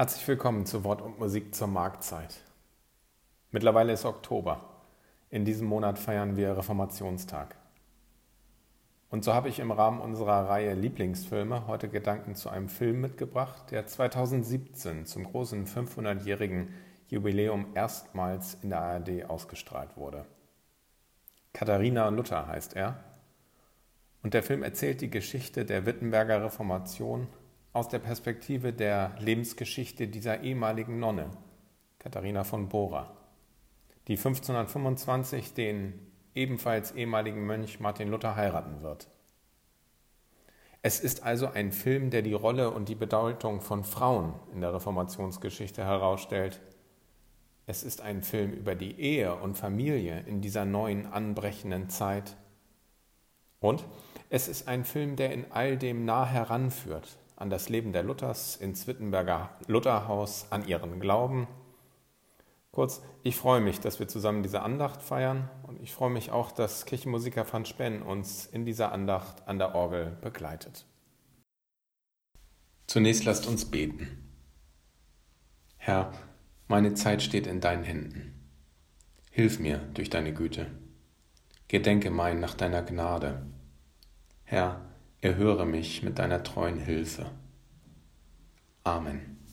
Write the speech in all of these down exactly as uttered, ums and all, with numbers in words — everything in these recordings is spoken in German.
Herzlich willkommen zu Wort und Musik zur Marktzeit. Mittlerweile ist Oktober. In diesem Monat feiern wir Reformationstag. Und so habe ich im Rahmen unserer Reihe Lieblingsfilme heute Gedanken zu einem Film mitgebracht, der zweitausendsiebzehn zum großen fünfhundertjährigen Jubiläum erstmals in der A R D ausgestrahlt wurde. Katharina und Luther heißt er. Und der Film erzählt die Geschichte der Wittenberger Reformation aus der Perspektive der Lebensgeschichte dieser ehemaligen Nonne, Katharina von Bora, die fünfzehnhundertfünfundzwanzig den ebenfalls ehemaligen Mönch Martin Luther heiraten wird. Es ist also ein Film, der die Rolle und die Bedeutung von Frauen in der Reformationsgeschichte herausstellt. Es ist ein Film über die Ehe und Familie in dieser neuen, anbrechenden Zeit. Und es ist ein Film, der in all dem nah heranführt an das Leben der Luthers, ins Wittenberger Lutherhaus, an ihren Glauben. Kurz, ich freue mich, dass wir zusammen diese Andacht feiern und ich freue mich auch, dass Kirchenmusiker Van Spen uns in dieser Andacht an der Orgel begleitet. Zunächst lasst uns beten. Herr, meine Zeit steht in deinen Händen. Hilf mir durch deine Güte. Gedenke mein nach deiner Gnade. Herr, erhöre mich mit deiner treuen Hilfe. Amen.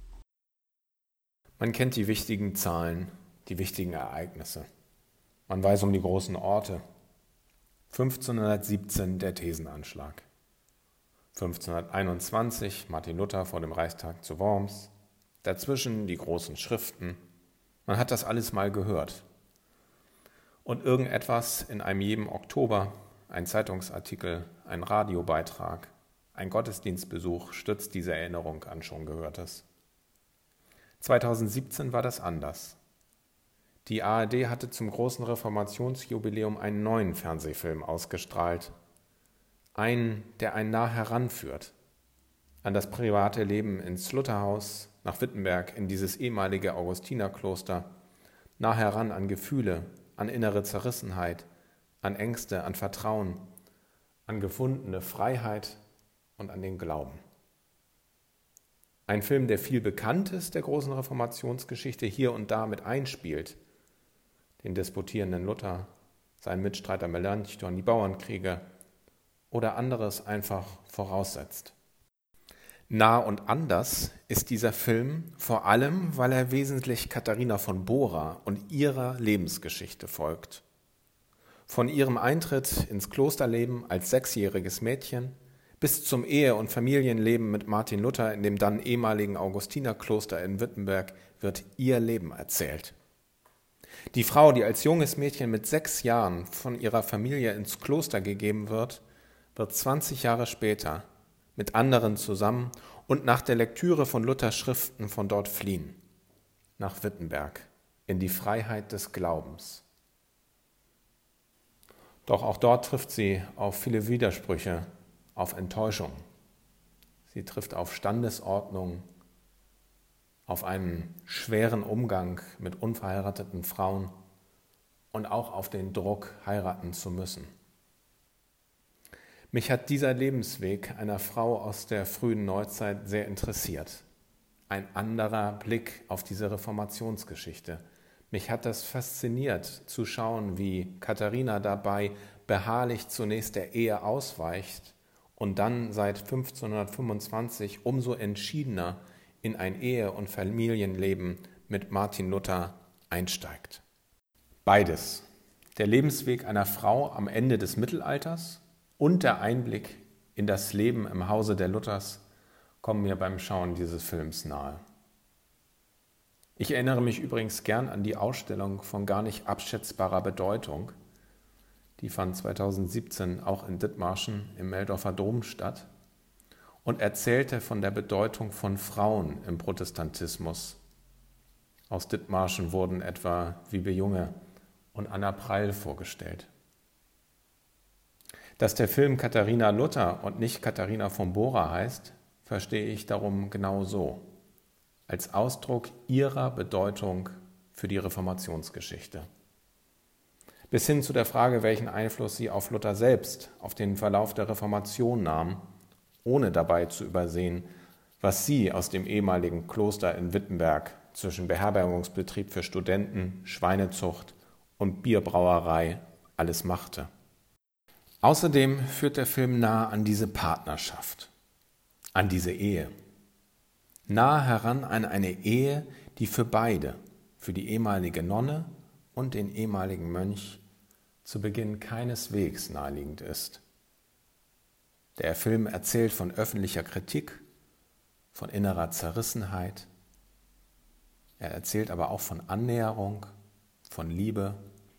Man kennt die wichtigen Zahlen, die wichtigen Ereignisse. Man weiß um die großen Orte. fünfzehnhundertsiebzehn der Thesenanschlag. fünfzehnhunderteinundzwanzig Martin Luther vor dem Reichstag zu Worms. Dazwischen die großen Schriften. Man hat das alles mal gehört. Und irgendetwas in einem jedem Oktober, ein Zeitungsartikel, ein Radiobeitrag, ein Gottesdienstbesuch stützt diese Erinnerung an schon Gehörtes. zweitausendsiebzehn war das anders. Die A R D hatte zum großen Reformationsjubiläum einen neuen Fernsehfilm ausgestrahlt. Einen, der einen nah heranführt an das private Leben ins Lutherhaus, nach Wittenberg, in dieses ehemalige Augustinerkloster, nah heran an Gefühle, an innere Zerrissenheit, an Ängste, an Vertrauen, an gefundene Freiheit und an den Glauben. Ein Film, der viel Bekanntes der großen Reformationsgeschichte hier und da mit einspielt, den disputierenden Luther, seinen Mitstreiter Melanchthon, die Bauernkriege oder anderes einfach voraussetzt. Nah und anders ist dieser Film vor allem, weil er wesentlich Katharina von Bora und ihrer Lebensgeschichte folgt. Von ihrem Eintritt ins Klosterleben als sechsjähriges Mädchen bis zum Ehe- und Familienleben mit Martin Luther in dem dann ehemaligen Augustinerkloster in Wittenberg wird ihr Leben erzählt. Die Frau, die als junges Mädchen mit sechs Jahren von ihrer Familie ins Kloster gegeben wird, wird zwanzig Jahre später mit anderen zusammen und nach der Lektüre von Luthers Schriften von dort fliehen, nach Wittenberg, in die Freiheit des Glaubens. Doch auch dort trifft sie auf viele Widersprüche, auf Enttäuschung. Sie trifft auf Standesordnung, auf einen schweren Umgang mit unverheirateten Frauen und auch auf den Druck, heiraten zu müssen. Mich hat dieser Lebensweg einer Frau aus der frühen Neuzeit sehr interessiert. Ein anderer Blick auf diese Reformationsgeschichte. Mich hat das fasziniert, zu schauen, wie Katharina dabei beharrlich zunächst der Ehe ausweicht und dann seit fünfzehnhundertfünfundzwanzig umso entschiedener in ein Ehe- und Familienleben mit Martin Luther einsteigt. Beides, der Lebensweg einer Frau am Ende des Mittelalters und der Einblick in das Leben im Hause der Luthers, kommen mir beim Schauen dieses Films nahe. Ich erinnere mich übrigens gern an die Ausstellung von gar nicht abschätzbarer Bedeutung. Die fand zweitausendsiebzehn auch in Dithmarschen im Meldorfer Dom statt und erzählte von der Bedeutung von Frauen im Protestantismus. Aus Dithmarschen wurden etwa Wiebe Junge und Anna Preil vorgestellt. Dass der Film Katharina Luther und nicht Katharina von Bora heißt, verstehe ich darum genau so. Als Ausdruck ihrer Bedeutung für die Reformationsgeschichte. Bis hin zu der Frage, welchen Einfluss sie auf Luther selbst, auf den Verlauf der Reformation nahm, ohne dabei zu übersehen, was sie aus dem ehemaligen Kloster in Wittenberg zwischen Beherbergungsbetrieb für Studenten, Schweinezucht und Bierbrauerei alles machte. Außerdem führt der Film nah an diese Partnerschaft, an diese Ehe. Nah heran an eine Ehe, die für beide, für die ehemalige Nonne und den ehemaligen Mönch, zu Beginn keineswegs naheliegend ist. Der Film erzählt von öffentlicher Kritik, von innerer Zerrissenheit. Er erzählt aber auch von Annäherung, von Liebe,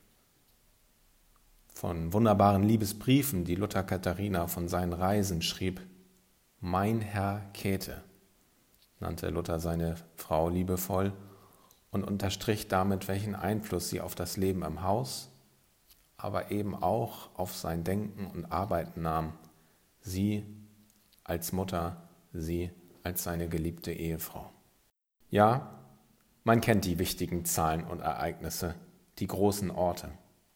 von wunderbaren Liebesbriefen, die Luther Katharina von seinen Reisen schrieb. Mein Herr Käthe nannte Luther seine Frau liebevoll und unterstrich damit, welchen Einfluss sie auf das Leben im Haus, aber eben auch auf sein Denken und Arbeiten nahm. Sie als Mutter, sie als seine geliebte Ehefrau. Ja, man kennt die wichtigen Zahlen und Ereignisse, die großen Orte.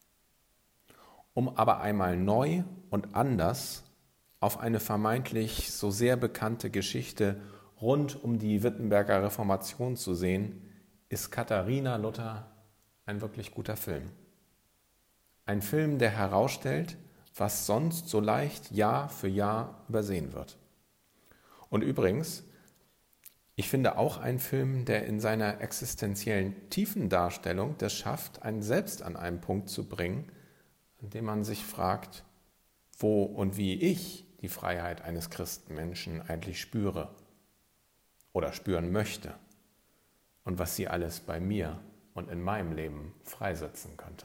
Um aber einmal neu und anders auf eine vermeintlich so sehr bekannte Geschichte rund um die Wittenberger Reformation zu sehen, ist Katharina Luther ein wirklich guter Film. Ein Film, der herausstellt, was sonst so leicht Jahr für Jahr übersehen wird. Und übrigens, ich finde auch ein Film, der in seiner existenziellen Tiefendarstellung das schafft, einen selbst an einen Punkt zu bringen, an dem man sich fragt, wo und wie ich die Freiheit eines Christenmenschen eigentlich spüre oder spüren möchte und was sie alles bei mir und in meinem Leben freisetzen könnte.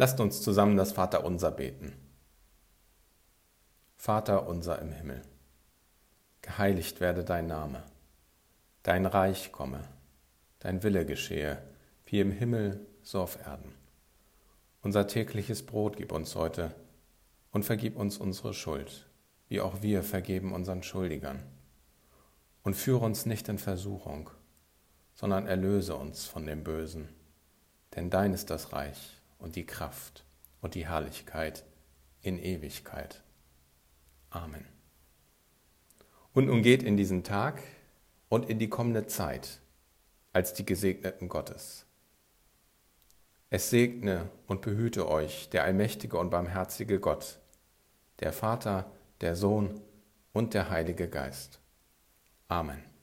Lasst uns zusammen das Vaterunser beten. Vater unser im Himmel, geheiligt werde dein Name, dein Reich komme, dein Wille geschehe, wie im Himmel, so auf Erden. Unser tägliches Brot gib uns heute und vergib uns unsere Schuld, wie auch wir vergeben unseren Schuldigern. Und führe uns nicht in Versuchung, sondern erlöse uns von dem Bösen. Denn dein ist das Reich und die Kraft und die Herrlichkeit in Ewigkeit. Amen. Und nun geht in diesen Tag und in die kommende Zeit als die Gesegneten Gottes. Es segne und behüte euch der allmächtige und barmherzige Gott, der Vater, der Sohn und der Heilige Geist. Amen.